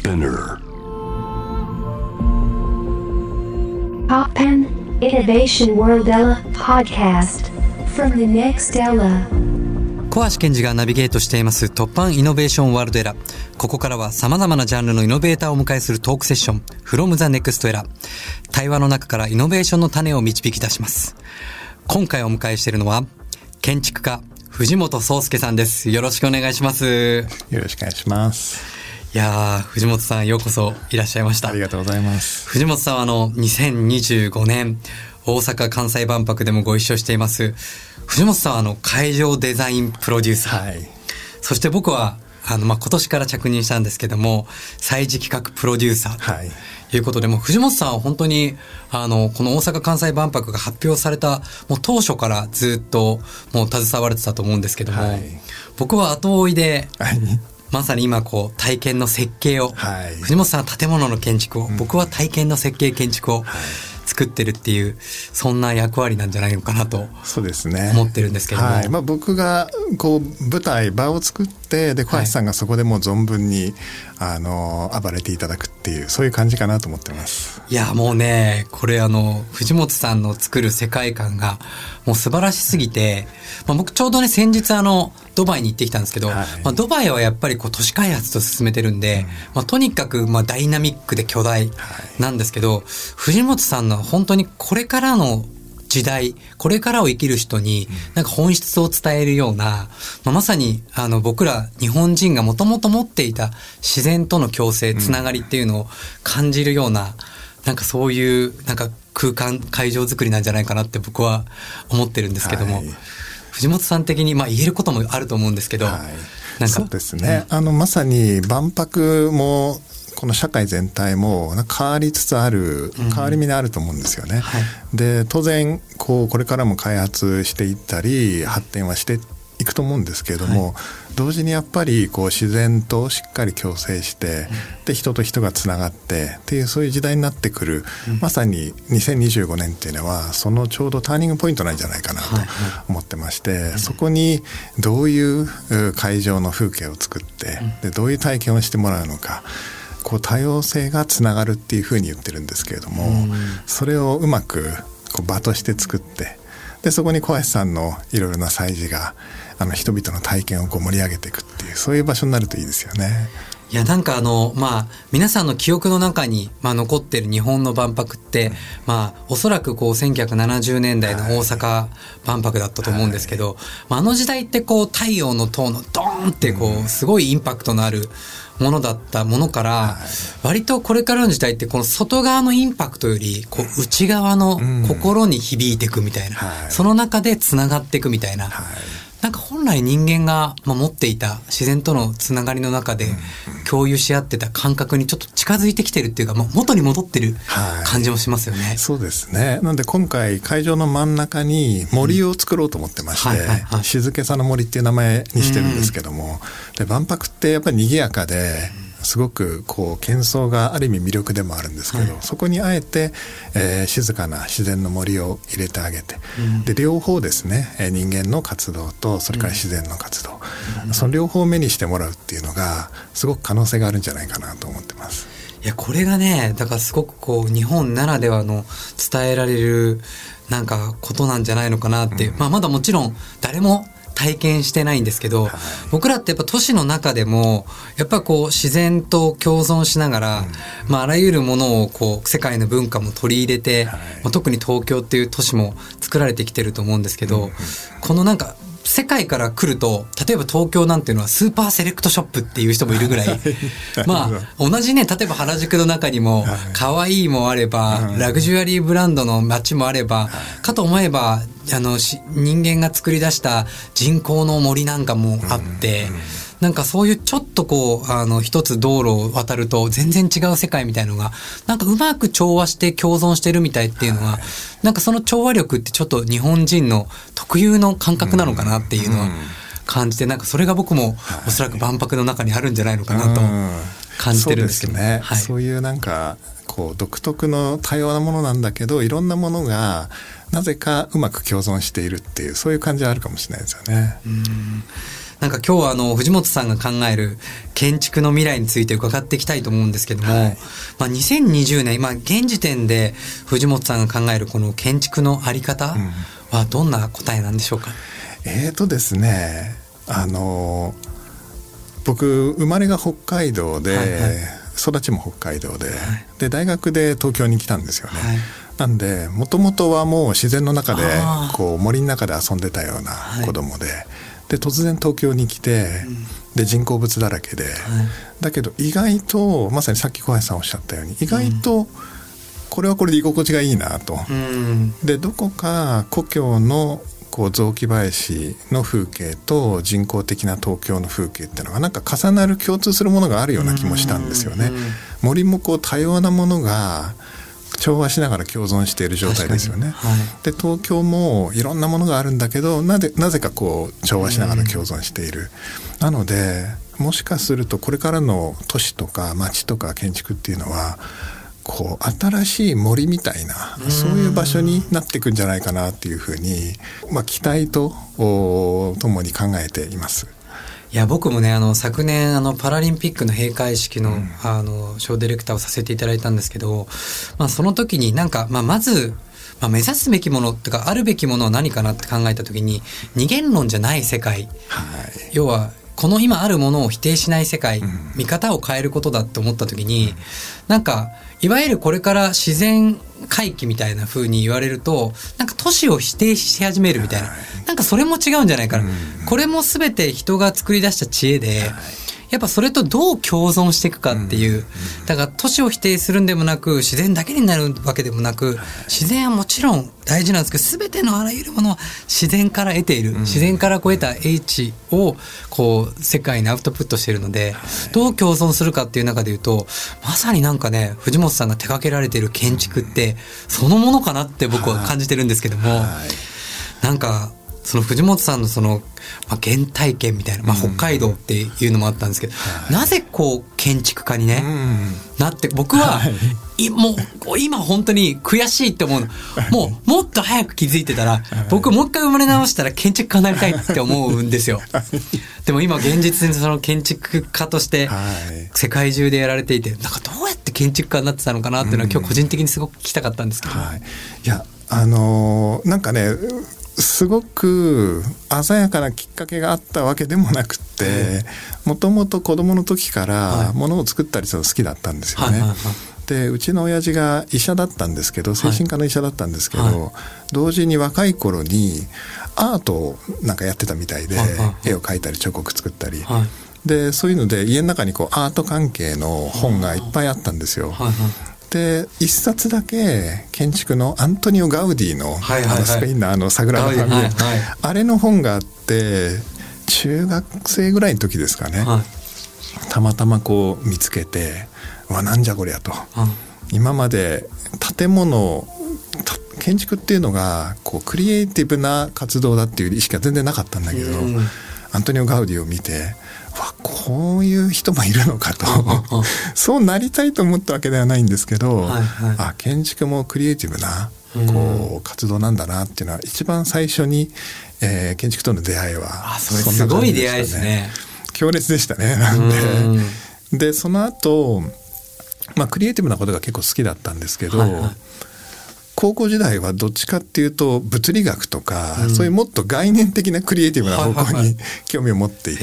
Spinner Poppen Innovation World Ella Podcast from the next Ella。 小橋健二がナビゲートしています突破イノベーションワールドエラ。ここからは様々なジャンルのイノベーターをお迎えするトークセッション From the Next Era。 対話の中からイノベーションの種を導き出します。今回お迎えしているのは建築家藤本壮介さんです。よろしくお願いします。 よろしくお願いします。 いやー、藤本さんようこそいらっしゃいました。 ありがとうございます。 藤本さんは2025年大阪・関西万博でもご一緒しています。藤本さんは会場デザインプロデューサー、はい、そして僕は今年から着任したんですけども催事企画プロデューサーと、はい、いうことでも藤本さんは本当にこの大阪・関西万博が発表されたもう当初からずっともう携われてたと思うんですけども、はい、僕は後追いで、はいまさに今体験の設計を、はい、藤本さんは建物の建築を、僕は体験の設計建築を作ってるっていう、そんな役割なんじゃないのかなとそうですね思ってるんですけども、 はい僕が舞台場を作ってで小橋さんがそこでもう存分に、暴れていただくっていうそういう感じかなと思ってます。 いやもうねこれ藤本さんの作る世界観がもう素晴らしすぎて、僕ちょうどね先日ドバイに行ってきたんですけど、はいドバイはやっぱり都市開発と進めてるんで、とにかくダイナミックで巨大なんですけど、藤本さんの本当にこれからの時代これからを生きる人になんか本質を伝えるような、まさに僕ら日本人がもともと持っていた自然との共生つながりっていうのを感じるような、なんかそういうなんか空間会場作りなんじゃないかなって僕は思ってるんですけども、藤本さん的に言えることもあると思うんですけど、なんかそうですね、まさに万博もこの社会全体も変わりつつある、変わり目にあると思うんですよね、はい、で当然これからも開発していったり発展はしていくと思うんですけれども、はい、同時にやっぱり自然としっかり共生して、で人と人がつながってっていうそういう時代になってくる、まさに2025年っていうのはそのちょうどターニングポイントなんじゃないかなと思ってまして、そこにどういう会場の風景を作ってでどういう体験をしてもらうのか、多様性がつながるっていうふうに言ってるんですけれども、それをうまく場として作って、でそこに小橋さんのいろいろな催事が人々の体験を盛り上げていくっていうそういう場所になるといいですよね。 いやなんか皆さんの記憶の中に、残ってる日本の万博って、おそらく1970年代の大阪万博だったと思うんですけど、あの時代って太陽の塔のドーンってすごいインパクトのあるものだったものから、割とこれからの時代ってこの外側のインパクトより内側の心に響いていくみたいな、その中でつながっていくみたいな、なんか本来人間が持っていた自然とのつながりの中で共有し合ってた感覚にちょっと近づいてきてるっていうか、元に戻ってる感じもしますよね。 そうですね。なので今回会場の真ん中に森を作ろうと思ってまして、静けさの森っていう名前にしてるんですけども、で万博ってやっぱり賑やかですごく喧騒がある意味魅力でもあるんですけど、そこにあえて、静かな自然の森を入れてあげて、で両方ですね、人間の活動とそれから自然の活動、その両方を目にしてもらうっていうのがすごく可能性があるんじゃないかなと思ってます。 いやこれがねだからすごく日本ならではの伝えられるなんかことなんじゃないのかなって、まだもちろん誰も体験してないんですけど、僕らってやっぱ都市の中でもやっぱ自然と共存しながら、あらゆるものを世界の文化も取り入れて、特に東京っていう都市も作られてきてると思うんですけど、このなんか世界から来ると例えば東京なんていうのはスーパーセレクトショップっていう人もいるぐらい同じね例えば原宿の中にも可愛いもあればラグジュアリーブランドの街もあればかと思えば人間が作り出した人工の森なんかもあって、なんかそういうちょっと一つ道路を渡ると全然違う世界みたいのがなんかうまく調和して共存してるみたいっていうのは、なんかその調和力ってちょっと日本人の特有の感覚なのかなっていうのは感じて、なんかそれが僕もおそらく万博の中にあるんじゃないのかなと感じてるんですけど、 そうですね、そういうなんか独特の多様なものなんだけどいろんなものがなぜかうまく共存しているっていうそういう感じはあるかもしれないですよね。 なんか今日は藤本さんが考える建築の未来について伺っていきたいと思うんですけども、はい、2020年、今現時点で藤本さんが考えるこの建築のあり方はどんな答えなんでしょうか？ ですね、僕生まれが北海道で、はいはい、育ちも北海道で、はい、で大学で東京に来たんですよね、はい、なんでもともとはもう自然の中でこう森の中で遊んでたような子供で、はい、で突然東京に来て、で人工物だらけで、はい、だけど意外とまさにさっき小林さんおっしゃったように意外とこれはこれで居心地がいいなと、でどこか故郷のこう雑木林の風景と人工的な東京の風景っていうのがなんか重なる共通するものがあるような気もしたんですよね。森もこう多様なものが調和しながら共存している状態ですよね、はい、で東京もいろんなものがあるんだけどなぜかこう調和しながら共存している。なのでもしかするとこれからの都市とか街とか建築っていうのはこう新しい森みたいなそういう場所になっていくんじゃないかなっていうふうに、期待とともに考えています。 いや僕もね昨年パラリンピックの閉会式の、ショーディレクターをさせていただいたんですけど、その時になんか、まず目指すべきものとかあるべきものは何かなって考えた時に二元論じゃない世界、はい、要はこの今あるものを否定しない世界、見方を変えることだって思った時に、なんかいわゆるこれから自然回帰みたいな風に言われるとなんか都市を否定し始めるみたいな、なんかそれも違うんじゃないかな、これも全て人が作り出した知恵で、やっぱそれとどう共存していくかっていう、だから都市を否定するんでもなく自然だけになるわけでもなく、自然はもちろん大事なんですけど全てのあらゆるものは自然から得ている、自然から得た英知をこう世界にアウトプットしているので、どう共存するかっていう中でいうとまさになんかね藤本さんが手掛けられている建築ってそのものかなって僕は感じてるんですけども、なんかその藤本さんのその、原体験みたいな、北海道っていうのもあったんですけど、なぜこう建築家にね、なって僕は、もう今本当に悔しいって思うの、もっと早く気づいてたら、僕もう一回生まれ直したら建築家になりたいって思うんですよ。でも今現実にその建築家として世界中でやられていて、なんかどうやって建築家になってたのかなっていうのは今日個人的にすごく聞きたかったんですけど、いやなんかねすごく鮮やかなきっかけがあったわけでもなくて、もともと子供の時からものを作ったりするの好きだったんですよね、でうちの親父が医者だったんですけど、精神科の医者だったんですけど、同時に若い頃にアートをなんかやってたみたいで、絵を描いたり彫刻作ったり、でそういうので家の中にこうアート関係の本がいっぱいあったんですよ。で一冊だけ建築のアントニオ・ガウディの、スペインのサグラダ・ファミリア、あれの本があって、中学生ぐらいの時ですかね、たまたまこう見つけて、なんじゃこりゃと、今まで建築っていうのがこうクリエイティブな活動だっていう意識は全然なかったんだけど、アントニオ・ガウディを見てこういう人もいるのかとそうなりたいと思ったわけではないんですけど、建築もクリエイティブなこう活動なんだなっていうのは一番最初に、建築との出会いはそんな感じでしたね。すごい出会いですね。 強烈でしたね。なんでその後、クリエイティブなことが結構好きだったんですけど、高校時代はどっちかっていうと物理学とか、そういうもっと概念的なクリエイティブな方向に興味を持っていって、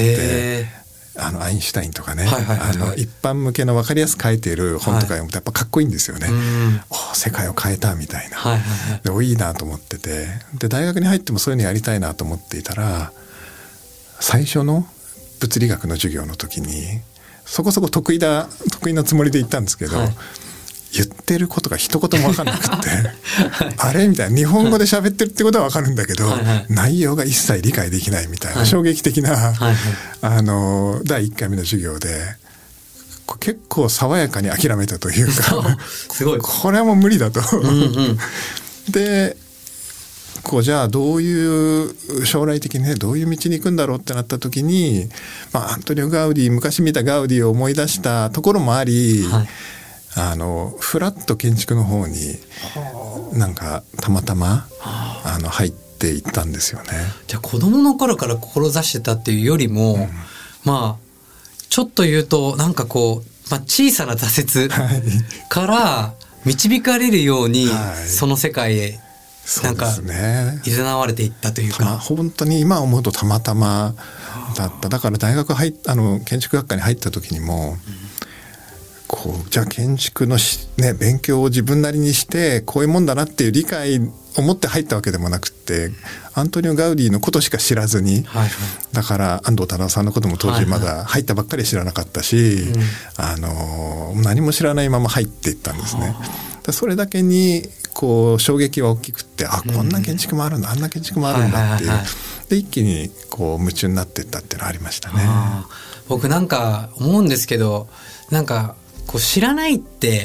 アインシュタインとかね、一般向けの分かりやすく書いている本とか読むとやっぱかっこいいんですよね、世界を変えたみたいな、でいいなと思ってて、で大学に入ってもそういうのやりたいなと思っていたら、最初の物理学の授業の時にそこそこ得意なつもりで行ったんですけど、言ってることが一言も分かんなくってあれみたいな、日本語で喋ってるってことは分かるんだけど、内容が一切理解できないみたいな、衝撃的な、第1回目の授業で結構爽やかに諦めたというかすごいこれはもう無理だとでじゃあどういう将来的にねどういう道に行くんだろうってなった時に、アントニオ・ガウディ、昔見たガウディを思い出したところもあり、フラット建築の方になんかたまたま入ってっていったんですよね。 じゃあ子供の頃から志してたっていうよりも、まあちょっと言うとなんかこう、小さな挫折から導かれるように、その世界へなんか誘われていったというか、 本当に今思うとたまたまだった。だから大学建築学科に入った時にも、じゃあ建築の勉強を自分なりにしてこういうもんだなっていう理解を持って入ったわけでもなくて、アントニオ・ガウディのことしか知らずに、だから安藤忠雄さんのことも当時まだ入ったばっかり知らなかったし、何も知らないまま入っていったんですね。それだけに衝撃は大きくって、こんな建築もあるんだ、あんな建築もあるんだっていう、で一気に夢中になっていったっていうのはありましたね。 僕なんか思うんですけど、なんか知らないって、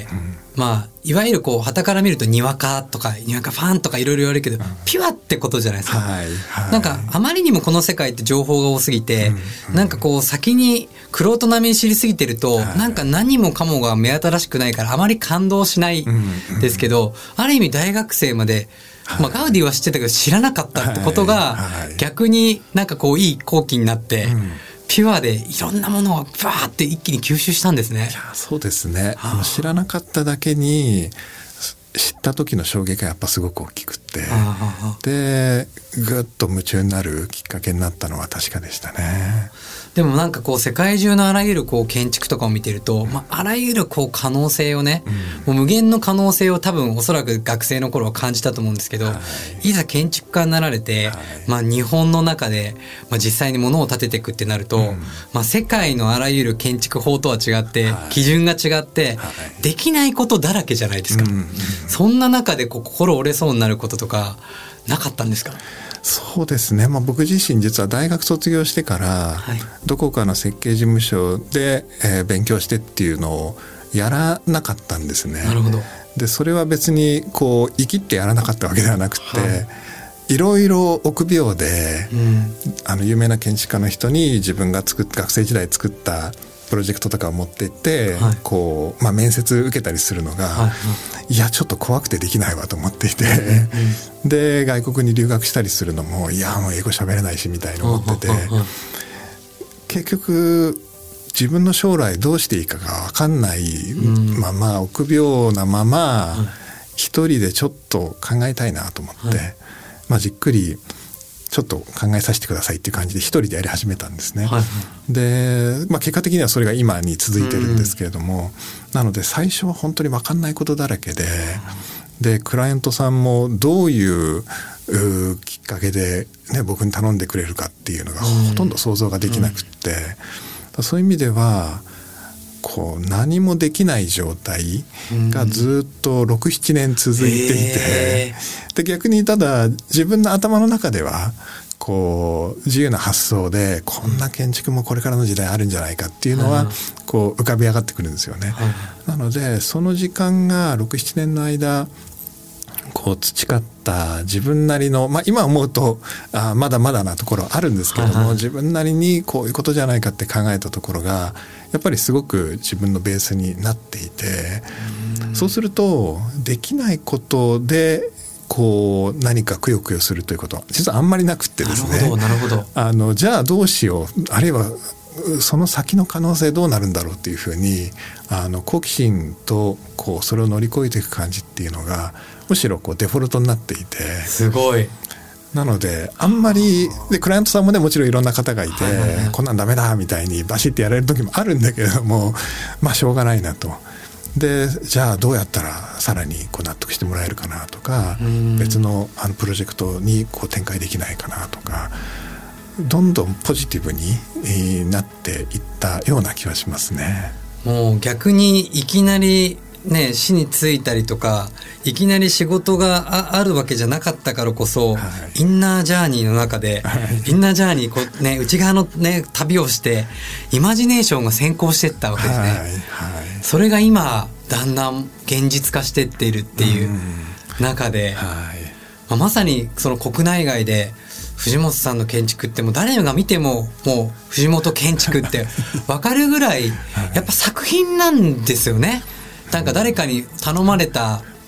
いわゆる傍から見るとにわかとかにわかファンとかいろいろ言われるけど、ピュアってことじゃないですか。なんかあまりにもこの世界って情報が多すぎて、なんか先に玄人並みに知りすぎてると、なんか何もかもが目新しくないからあまり感動しないですけど、ある意味大学生までガウディは知ってたけど知らなかったってことが、逆になんかいい好機になって、ピュアでいろんなものをバーって一気に吸収したんですね。 いやそうですね。知らなかっただけに知った時の衝撃がやっぱすごく大きくって、でぐっと夢中になるきっかけになったのは確かでしたね。 でもなんか世界中のあらゆる建築とかを見てると、あらゆる可能性をね、もう無限の可能性を多分おそらく学生の頃は感じたと思うんですけど、いざ建築家になられて、日本の中で、実際に物を建てていくってなると、世界のあらゆる建築法とは違って、基準が違って、できないことだらけじゃないですか。そんな中で心折れそうになることとかなかったんですか？ そうですね、僕自身実は大学卒業してから、どこかの設計事務所で、勉強してっていうのをやらなかったんですね。 なるほど。でそれは別に生きってやらなかったわけではなくて、いろいろ臆病で、有名な建築家の人に自分が学生時代作ったプロジェクトとかを持っていって、面接受けたりするのが、いやちょっと怖くてできないわと思っていて、で外国に留学したりするのも、いやもう英語喋れないしみたいに思ってて、結局自分の将来どうしていいかが分かんないまま、臆病なまま一人でちょっと考えたいなと思って、じっくりちょっと考えさせてくださいっていう感じで一人でやり始めたんですね。で、結果的にはそれが今に続いてるんですけれども、なので最初は本当に分かんないことだらけで、クライアントさんもどういうきっかけで、僕に頼んでくれるかっていうのがほとんど想像ができなくって、そういう意味では何もできない状態がずっと 6,7 年続いていて、で逆にただ自分の頭の中では自由な発想で、こんな建築もこれからの時代あるんじゃないかっていうのは浮かび上がってくるんですよね。なのでその時間が 6,7 年の間培った自分なりの、今思うとまだまだなところあるんですけども、自分なりにこういうことじゃないかって考えたところがやっぱりすごく自分のベースになっていて、そうするとできないことで何かくよくよするということは実はあんまりなくってですね。 なるほど。 じゃあどうしよう、あるいはその先の可能性どうなるんだろうっていうふうに好奇心とそれを乗り越えていく感じっていうのがむしろデフォルトになっていて、 すごい。 なのであんまりでクライアントさんもねもちろんいろんな方がいて、こんなんダメだみたいにバシッてやられる時もあるんだけれども、しょうがないなと。でじゃあどうやったらさらに納得してもらえるかなとか、別のプロジェクトに展開できないかなとか、どんどんポジティブになっていったような気はしますね。 もう逆にいきなりね、死についたりとかいきなり仕事が あるわけじゃなかったからこそ、インナージャーニーの中で、インナージャーニー内側の、旅をしてイマジネーションが先行していったわけですね。それが今だんだん現実化していっているっていう中で、まさにその国内外で藤本さんの建築ってもう誰が見てももう藤本建築って分かるぐらいやっぱ作品なんですよね。なんか誰かに頼まれた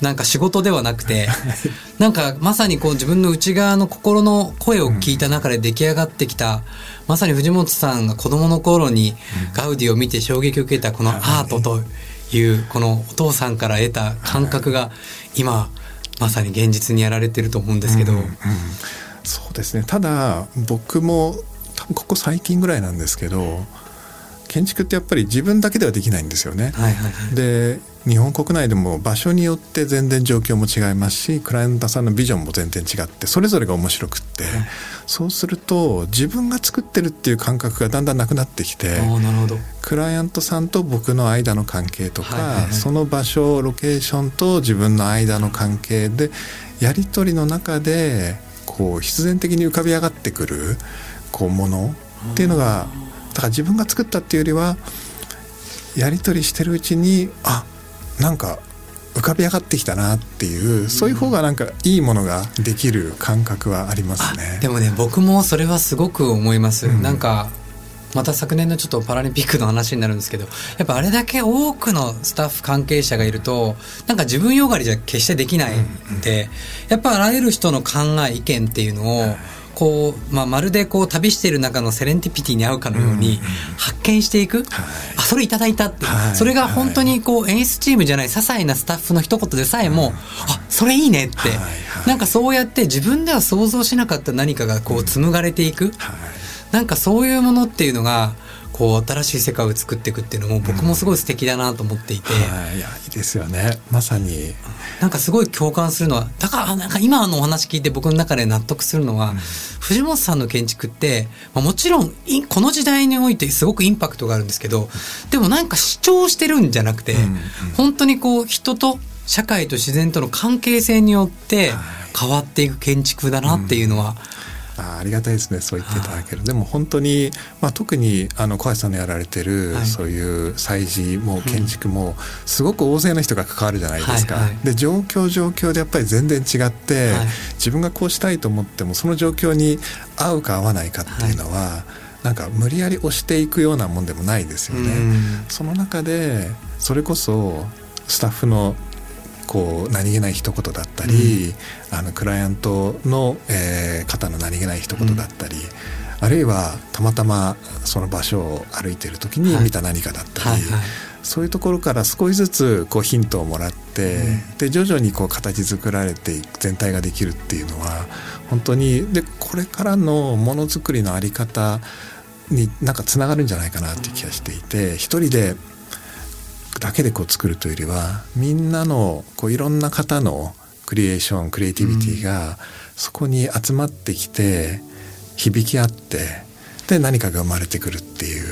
なんか仕事ではなくてなんかまさにこう自分の内側の心の声を聞いた中で出来上がってきた、まさに藤本さんが子供の頃にガウディを見て衝撃を受けたこのアートというこのお父さんから得た感覚が今まさに現実にやられてると思うんですけど、 そうですね。ただ僕も多分ここ最近ぐらいなんですけど、建築ってやっぱり自分だけではできないんですよね。で日本国内でも場所によって全然状況も違いますし、クライアントさんのビジョンも全然違ってそれぞれが面白くって、そうすると自分が作ってるっていう感覚がだんだんなくなってきて、 なるほど。 クライアントさんと僕の間の関係とか、その場所ロケーションと自分の間の関係でやり取りの中でこう必然的に浮かび上がってくるこうものっていうのが、だから自分が作ったっていうよりはやり取りしてるうちになんか浮かび上がってきたなっていう、そういう方がなんかいいものができる感覚はありますね。 でもね、僕もそれはすごく思います、なんかまた昨年のちょっとパラリンピックの話になるんですけど、やっぱあれだけ多くのスタッフ関係者がいるとなんか自分よがりじゃ決してできないんで、やっぱあらゆる人の考え意見っていうのをこう、まるでこう旅している中のセレンティピティに合うかのように発見していく、それいただいたって、それが本当にこう演出チームじゃない些細なスタッフの一言でさえも、それいいねって、なんかそうやって自分では想像しなかった何かがこう紡がれていく、なんかそういうものっていうのがこう新しい世界を作っていくっていうのも僕もすごい素敵だなと思っていて、 いやいいですよね。まさになんかすごい共感するのは、だからなんか今のお話聞いて僕の中で納得するのは、藤本さんの建築って、もちろんこの時代においてすごくインパクトがあるんですけど、でもなんか主張してるんじゃなくて、本当にこう人と社会と自然との関係性によって変わっていく建築だなっていうのは、 ありがたいですね、そう言っていただける。でも本当に、特に小橋さんのやられてる、そういう祭事も建築もすごく大勢の人が関わるじゃないですか、で状況でやっぱり全然違って、自分がこうしたいと思ってもその状況に合うか合わないかっていうのは、なんか無理やり押していくようなもんでもないですよね。その中でそれこそスタッフのこう何気ない一言だったり、クライアントの、方の何気ない一言だったり、あるいはたまたまその場所を歩いている時に見た何かだったり、そういうところから少しずつこうヒントをもらって、で徐々にこう形作られていく全体ができるっていうのは本当にでこれからのものづくりのあり方になんかつながるんじゃないかなっていう気がしていて、一人でだけでこう作るというよりは、みんなのこういろんな方のクリエーションクリエイティビティがそこに集まってきて響き合って、で何かが生まれてくるっていう、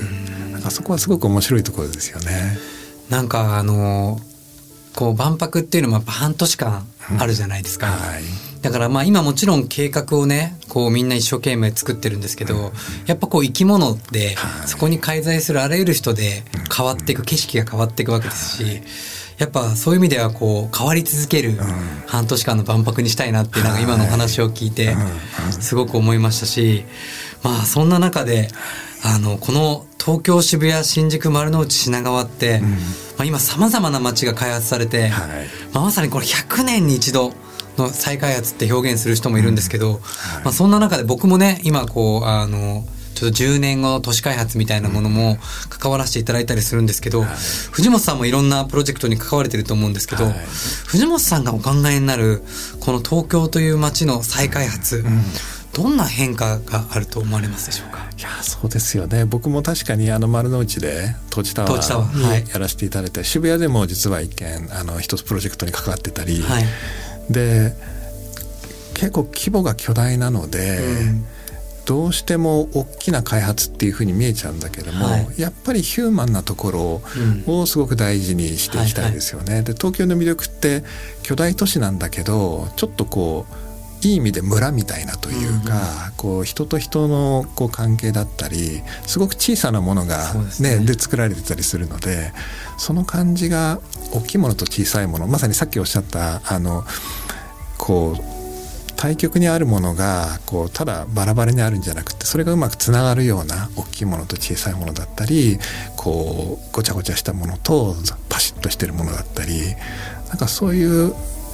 なんかそこはすごく面白いところですよね。 なんかこう万博っていうのもやっぱ半年間あるじゃないですか、だから今もちろん計画をねこうみんな一生懸命作ってるんですけど、やっぱこう生き物で、そこに介在するあらゆる人で変わっていく、景色が変わっていくわけですし、やっぱそういう意味ではこう変わり続ける半年間の万博にしたいなってなんか今のお話を聞いてすごく思いましたし、そんな中でこの東京渋谷新宿丸の内品川って、今さまざまな街が開発されて、まさにこれ100年に一度の再開発って表現する人もいるんですけど、そんな中で僕もね今こうちょっと10年後の都市開発みたいなものも関わらせていただいたりするんですけど、藤本さんもいろんなプロジェクトに関われてると思うんですけど、藤本さんがお考えになるこの東京という街の再開発、どんな変化があると思われますでしょうか。 いやそうですよね。僕も確かに丸の内でトーチタワーにやらせていただいて、渋谷でも実は一件一つプロジェクトに関わってたり、で結構規模が巨大なので、どうしても大きな開発っていう風に見えちゃうんだけども、やっぱりヒューマンなところをすごく大事にしていきたいですよね。で東京の魅力って巨大都市なんだけど、ちょっとこういい意味で村みたいなというか、こう人と人のこう関係だったり、すごく小さなものが、で作られてたりするので、その感じが大きいものと小さいもの、まさにさっきおっしゃったこう対極にあるものがこうただバラバラにあるんじゃなくて、それがうまくつながるような大きいものと小さいものだったり、こうごちゃごちゃしたものとパシッとしてるものだったり、なんかそういう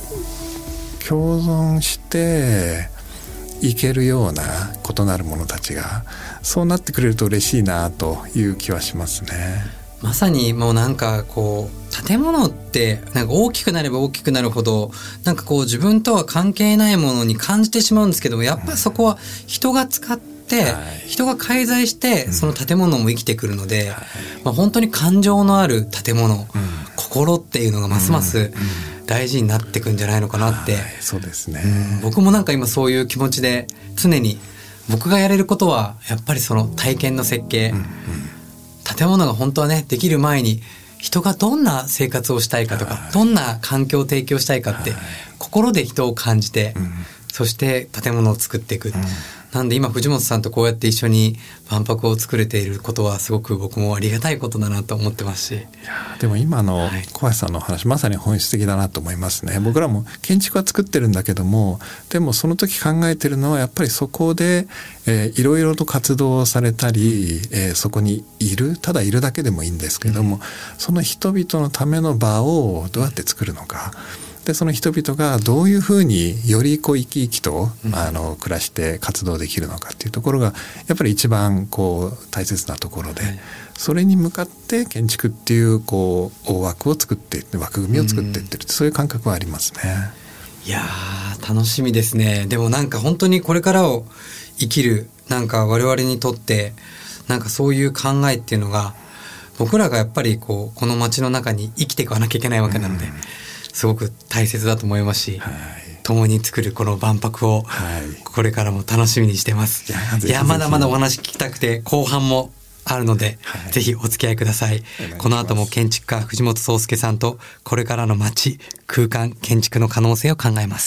共存していけるような異なるものたちがそうなってくれると嬉しいなという気はしますね。 まさにもうなんかこう建物ってなんか大きくなれば大きくなるほどなんかこう自分とは関係ないものに感じてしまうんですけども、やっぱりそこは人が使って人が介在してその建物も生きてくるので、本当に感情のある建物、心っていうのがますます大事になってくんじゃないのかなって、 そうですね、 僕もなんか今そういう気持ちで常に僕がやれることはやっぱりその体験の設計、建物が本当はねできる前に人がどんな生活をしたいかとか、どんな環境を提供したいかって、心で人を感じて、そして建物を作っていく、なんで今藤本さんとこうやって一緒に万博を作れていることはすごく僕もありがたいことだなと思ってますし、いやでも今の小橋さんの話、まさに本質的だなと思いますね。僕らも建築は作ってるんだけども、でもその時考えてるのはやっぱりそこで、いろいろと活動されたり、そこにただいるだけでもいいんですけども、その人々のための場をどうやって作るのか、でその人々がどういうふうによりこう生き生きと暮らして活動できるのかっていうところがやっぱり一番こう大切なところで、それに向かって建築っていうこう大枠を作っていって枠組みを作っていってる、そういう感覚はありますね。 いやー楽しみですね。でもなんか本当にこれからを生きるなんか我々にとってなんかそういう考えっていうのが僕らがやっぱりこの街の中に生きていかなきゃいけないわけなので、すごく大切だと思いますし、共に作るこの万博をこれからも楽しみにしてます。いやまだまだお話聞きたくて後半もあるので、ぜひお付き合いください。この後も建築家藤本壮介さんとこれからの街、空間、建築の可能性を考えます。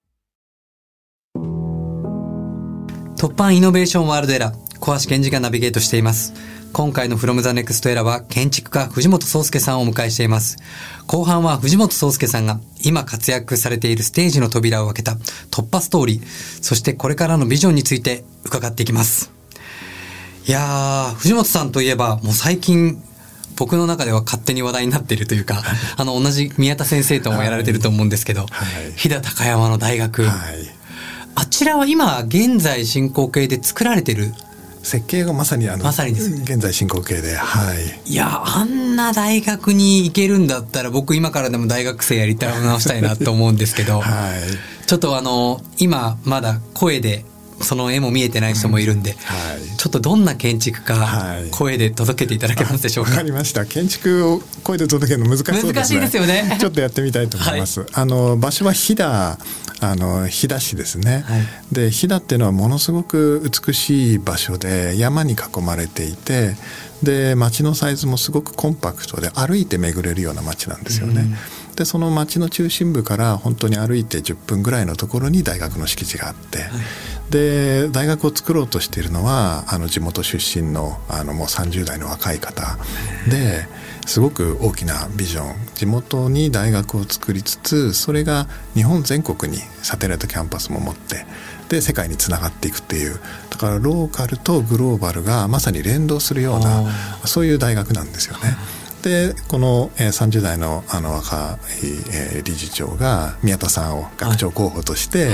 突破イノベーションワールドエラー、小橋健二がナビゲートしています。今回の From the Next Era は建築家藤本壮介さんをお迎えしています。後半は藤本壮介さんが今活躍されているステージの扉を開けた突破ストーリー、そしてこれからのビジョンについて伺っていきます。いやー、藤本さんといえばもう最近僕の中では勝手に話題になっているというか同じ宮田先生ともやられてると思うんですけど、飛騨高山の大学、あちらは今現在進行形で作られてる設計がまさにまさにですね、 現在進行形で、 いやあんな大学に行けるんだったら僕今からでも大学生やり直したいなと思うんですけど、ちょっと今まだ声でその絵も見えてない人もいるんで、ちょっとどんな建築か声で届けていただけますでしょうか。 わかりました。建築を声で届けるの難しそうですね。 難しいですよね。 ちょっとやってみたいと思います。場所は飛騨市ですね。で飛騨っていうのはものすごく美しい場所で山に囲まれていて、で街のサイズもすごくコンパクトで歩いて巡れるような街なんですよね。でその街の中心部から本当に歩いて10分ぐらいのところに大学の敷地があって、で大学を作ろうとしているのは地元出身のもう30代の若い方ですごく大きなビジョン、地元に大学を作りつつ、それが日本全国にサテライトキャンパスも持って、で世界につながっていくっていう、だからローカルとグローバルがまさに連動するようなそういう大学なんですよね。でこの30代の若い理事長が宮田さんを学長候補として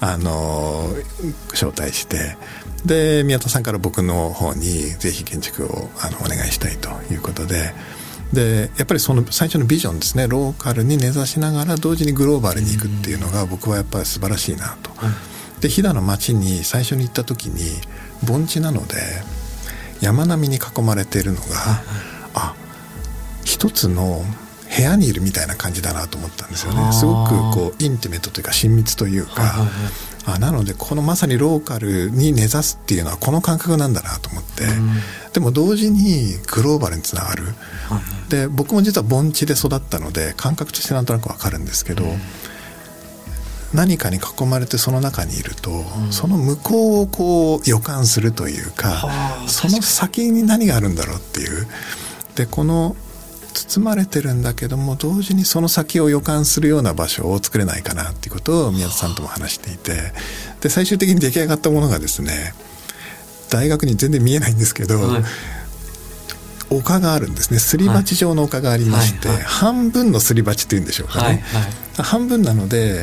招待して、で宮田さんから僕の方にぜひ建築をお願いしたいということで、でやっぱりその最初のビジョンですね、ローカルに根ざしながら同時にグローバルに行くっていうのが僕はやっぱり素晴らしいなと。で飛騨の町に最初に行った時に盆地なので山並みに囲まれているのが一つの部屋にいるみたいな感じだなと思ったんですよね。すごくこうインティメットというか親密というか、なのでこのまさにローカルに根ざすっていうのはこの感覚なんだなと思って、でも同時にグローバルにつながる、で僕も実は盆地で育ったので感覚としてなんとなくわかるんですけど、何かに囲まれてその中にいると、その向こうをこう予感するというか、その先に何があるんだろうっていう、でこの包まれてるんだけども同時にその先を予感するような場所を作れないかなっていうことを宮田さんとも話していて、で最終的に出来上がったものがですね、大学に全然見えないんですけど、丘があるんですね。すり鉢状の丘がありまして、半分のすり鉢っていうんでしょうかね、半分なので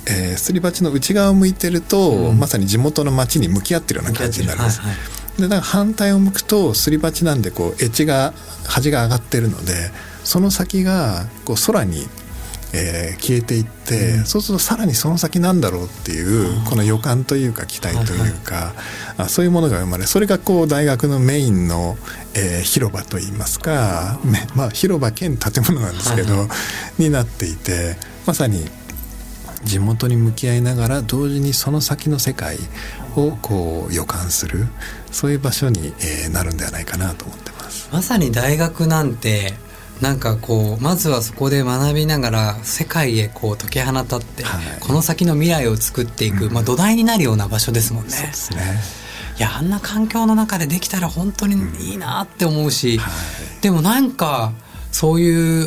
すり鉢の内側を向いてると、まさに地元の町に向き合ってるような感じになります。でだから反対を向くとすり鉢なんでこう端が上がってるので、その先がこう空に消えていって、そうするとさらにその先なんだろうっていうこの予感というか期待というか、そういうものが生まれ、それがこう大学のメインの、広場といいますか、広場兼建物なんですけど、になっていて、まさに地元に向き合いながら同時にその先の世界をこう予感する、そういう場所に、なるんではないかなと思ってます。 まさに大学なんてなんかこうまずはそこで学びながら世界へこう解き放たって、この先の未来を作っていく、土台になるような場所ですもんね。 そうですね。 いや、あんな環境の中でできたら本当にいいなって思うし、でもなんかそういう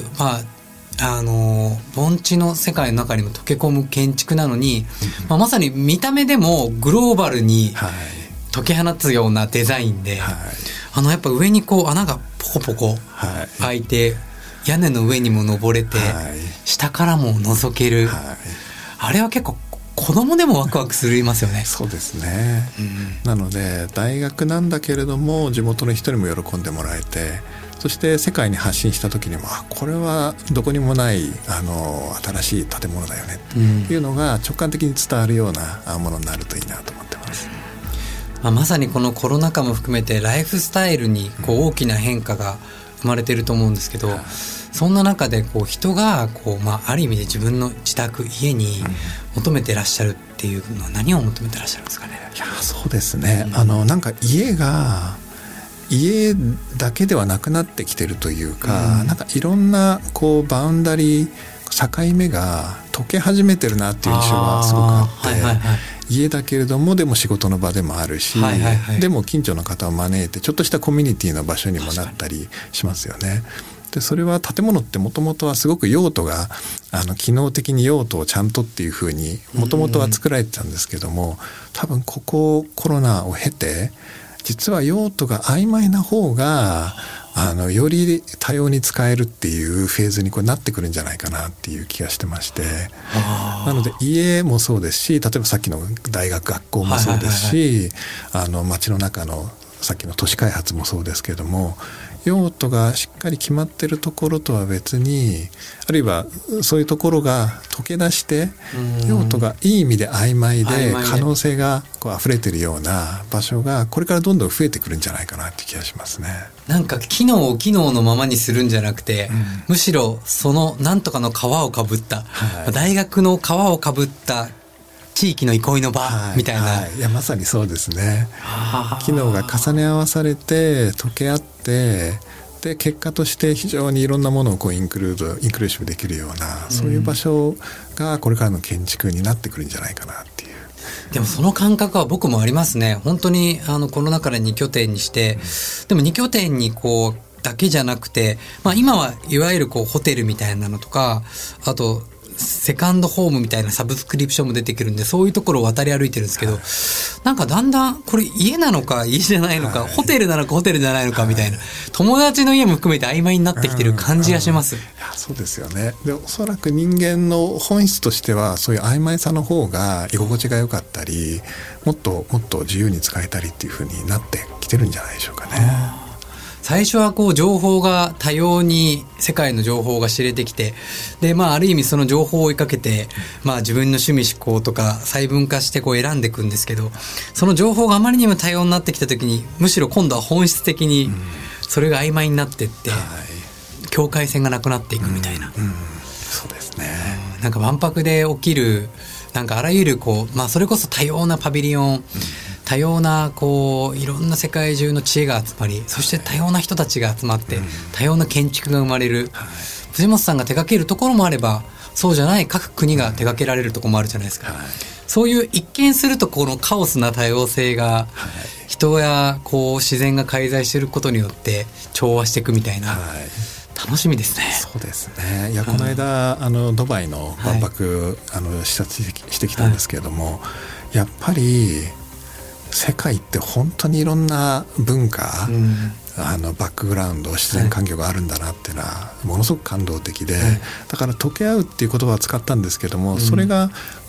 盆地の世界の中にも溶け込む建築なのに、まさに見た目でもグローバルに解き放つようなデザインで、やっぱ上にこう穴がポコポコ開いて、屋根の上にも登れて、下からも覗ける、あれは結構子供でもワクワクするますよね。 そうですね、なので大学なんだけれども地元の人にも喜んでもらえて、そして世界に発信した時にもこれはどこにもない新しい建物だよねっていうのが直感的に伝わるようなものになるといいなと思ってます。 まさにこのコロナ禍も含めてライフスタイルにこう大きな変化が生まれていると思うんですけど、そんな中でこう人がこう、ある意味で自分の自宅家に求めてらっしゃるっていうのは何を求めてらっしゃるんですかね。 いや、そうですね、なんか家だけではなくなってきてるというか、なんかいろんなこうバウンダリー境目が解け始めてるなっていう印象がすごくあって、家だけれどもでも仕事の場でもあるし、でも近所の方を招いてちょっとしたコミュニティの場所にもなったりしますよね。でそれは建物ってもともとはすごく用途が機能的に用途をちゃんとっていうふうにもともとは作られてたんですけども、多分ここコロナを経て実は用途が曖昧な方がより多様に使えるっていうフェーズにこうなってくるんじゃないかなっていう気がしてまして、なので家もそうですし、例えばさっきの大学学校もそうですし、街の中のさっきの都市開発もそうですけれども、用途がしっかり決まってるところとは別に、あるいはそういうところが溶け出して用途がいい意味で曖昧で可能性がこう溢れてるような場所がこれからどんどん増えてくるんじゃないかなって気がしますね。 なんか機能を機能のままにするんじゃなくて、むしろそのなんとかの皮をかぶった、大学の皮をかぶった地域の憩いの場みたいな、 いやまさにそうですね。機能が重ね合わされて溶け合って、で結果として非常にいろんなものをこうインクルーシブできるような、そういう場所がこれからの建築になってくるんじゃないかなっていう。 でもその感覚は僕もありますね。本当にコロナ禍で2拠点にして、でも2拠点にこうだけじゃなくて、今はいわゆるこうホテルみたいなのとか、あとセカンドホームみたいなサブスクリプションも出てくるんで、そういうところを渡り歩いてるんですけど、なんかだんだんこれ家なのか家じゃないのか、ホテルなのかホテルじゃないのかみたいな、友達の家も含めて曖昧になってきてる感じがします。 いやそうですよね。でおそらく人間の本質としてはそういう曖昧さの方が居心地が良かったり、もっともっと自由に使えたりっていう風になってきてるんじゃないでしょうかね。 最初はこう情報が多様に世界の情報が知れてきて、である意味その情報を追いかけて、自分の趣味思考とか細分化してこう選んでいくんですけど、その情報があまりにも多様になってきた時に、むしろ今度は本質的にそれが曖昧になっていって、境界線がなくなっていくみたいな、 そうですね。 なんか万博で起きるなんかあらゆるこう、それこそ多様なパビリオン、多様なこういろんな世界中の知恵が集まり、そして多様な人たちが集まって多様な建築が生まれる、藤本さんが手掛けるところもあれば、そうじゃない各国が手掛けられるところもあるじゃないですか。そういう一見するとこのカオスな多様性が人やこう自然が介在していることによって調和していくみたいな、楽しみですね。 そうですね。いやこの間ドバイの万博、視察してきたんですけれども、やっぱり世界って本当にいろんな文化、バックグラウンド、自然環境があるんだなっていうのはものすごく感動的で、だから溶け合うっていう言葉を使ったんですけども、それが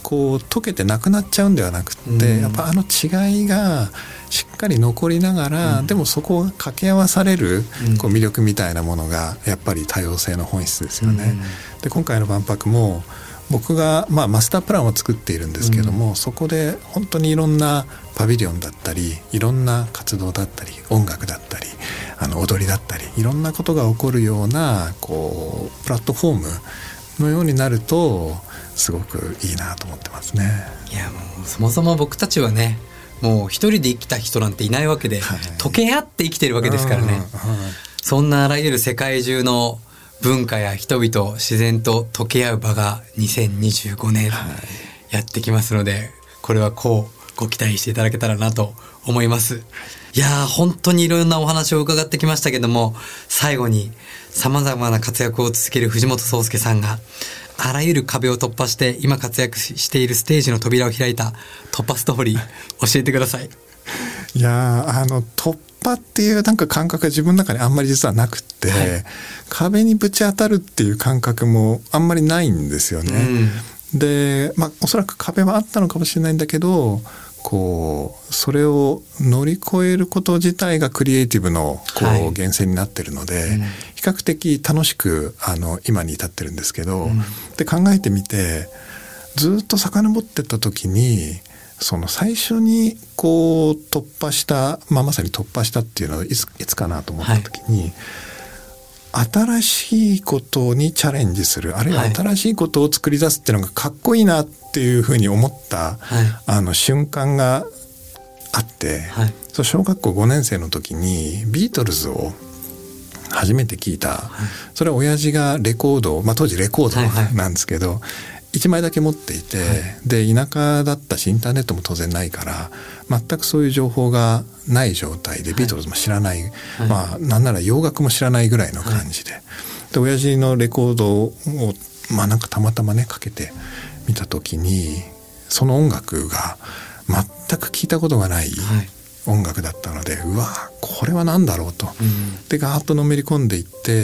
こう溶けてなくなっちゃうんではなくって、やっぱ違いがしっかり残りながら、でもそこを掛け合わされるこう魅力みたいなものがやっぱり多様性の本質ですよね。で今回の万博も僕がマスタープランを作っているんですけども、そこで本当にいろんなパビリオンだったり、いろんな活動だったり、音楽だったり、踊りだったり、いろんなことが起こるようなこうプラットフォームのようになるとすごくいいなと思ってますね。 いやもうそもそも僕たちはね、もう一人で生きた人なんていないわけで、溶け合って生きてるわけですからね。そんなあらゆる世界中の文化や人々、自然と溶け合う場が2025年やってきますので、これはこうご期待していただけたらなと思います。いやー本当にいろんなお話を伺ってきましたけども、最後に様々な活躍を続ける藤本壮介さんがあらゆる壁を突破して今活躍しているステージの扉を開いた突破ストーリー教えてください。 いや突破っていうなんか感覚が自分の中にあんまり実はなくって、壁にぶち当たるっていう感覚もあんまりないんですよね。で、おそらく壁はあったのかもしれないんだけど、こうそれを乗り越えること自体がクリエイティブのこう源泉になってるので、比較的楽しく今に至ってるんですけど、で考えてみてずっと遡ってった時に、その最初にこう突破した、まさに突破したっていうのはいつかなと思った時に、新しいことにチャレンジする、あるいは新しいことを作り出すっていうのがかっこいいなっていうふうに思った、瞬間があって、そう小学校5年生の時にビートルズを初めて聞いた。それは親父がレコード、当時レコードなんですけど、1枚だけ持っていて、で田舎だったしインターネットも当然ないから全くそういう情報がない状態で、ビートルズも知らない、なんなら洋楽も知らないぐらいの感じで、で親父のレコードをなんかたまたまねかけてみた時に、その音楽が全く聞いたことがない音楽だったので、うわこれは何だろうと、でガーッとのめり込んでいって、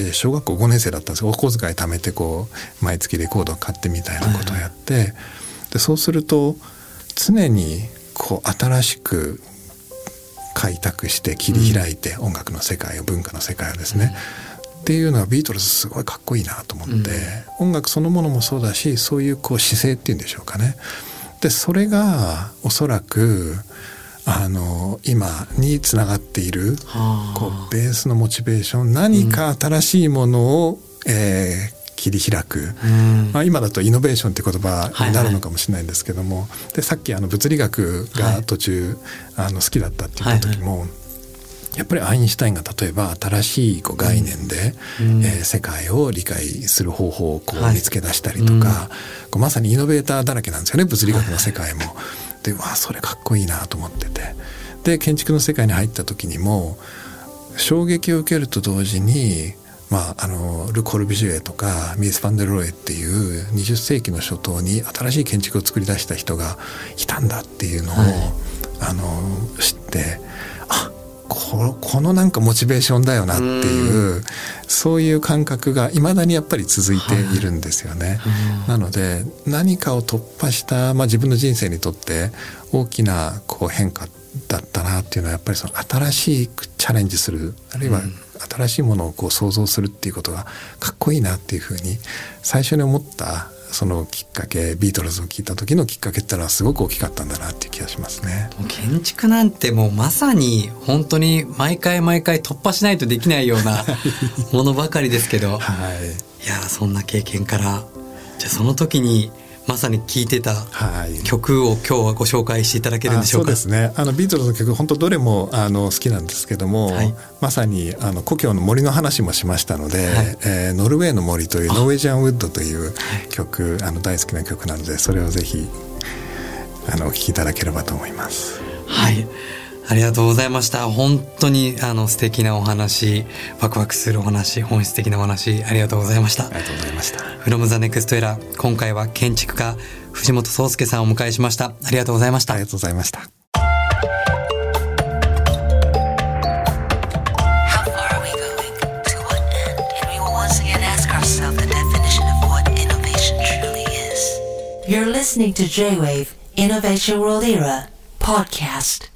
小学校5年生だったんです。お小遣い貯めてこう毎月レコードを買ってみたいなことをやって、でそうすると常にこう新しく開拓して切り開いて、音楽の世界を、文化の世界をですね、っていうのはビートルズすごいかっこいいなと思って、音楽そのものもそうだし、そういうこう姿勢っていうんでしょうかね。でそれがおそらく今につながっているこうベースのモチベーション、何か新しいものを、切り開く、今だとイノベーションって言葉になるのかもしれないんですけども、でさっき物理学が途中、好きだったって言った時も、やっぱりアインシュタインが例えば新しいこう概念で、世界を理解する方法をこう見つけ出したりとか、こうまさにイノベーターだらけなんですよね、物理学の世界も。でそれかっこいいなと思ってて、で建築の世界に入った時にも衝撃を受けると同時に、ル・コルビュジエとかミース・ファンデル・ロエっていう20世紀の初頭に新しい建築を作り出した人がいたんだっていうのを、知って、このなんかモチベーションだよなっていう、そういう感覚が未だにやっぱり続いているんですよね。なので何かを突破した、自分の人生にとって大きなこう変化だったなっていうのは、やっぱりその新しいチャレンジする、あるいは新しいものをこう想像するっていうことがかっこいいなっていうふうに最初に思った、そのきっかけ、ビートルズを聞いた時のきっかけっていうのはすごく大きかったんだなっていう気がしますね。 建築なんてもうまさに本当に毎回突破しないとできないようなものばかりですけど、いやそんな経験から、じゃあその時にまさに聴いてた曲を今日はご紹介していただけるんでしょうか。 そうですね、ビートルズの曲本当どれも好きなんですけども、まさに故郷の森の話もしましたので、ノルウェーの森というノーウェージャンウッドという曲、大好きな曲なので、それをぜひお聴きいただければと思います。 はい、ありがとうございました。本当に素敵なお話、ワクワクするお話、本質的なお話、ありがとうございました。 ありがとうございました。 From the Next Era、今回は建築家藤本壮介さんをお迎えしました。ありがとうございました。 ありがとうございました。 You're listening to J-Wave Innovation World Era podcast.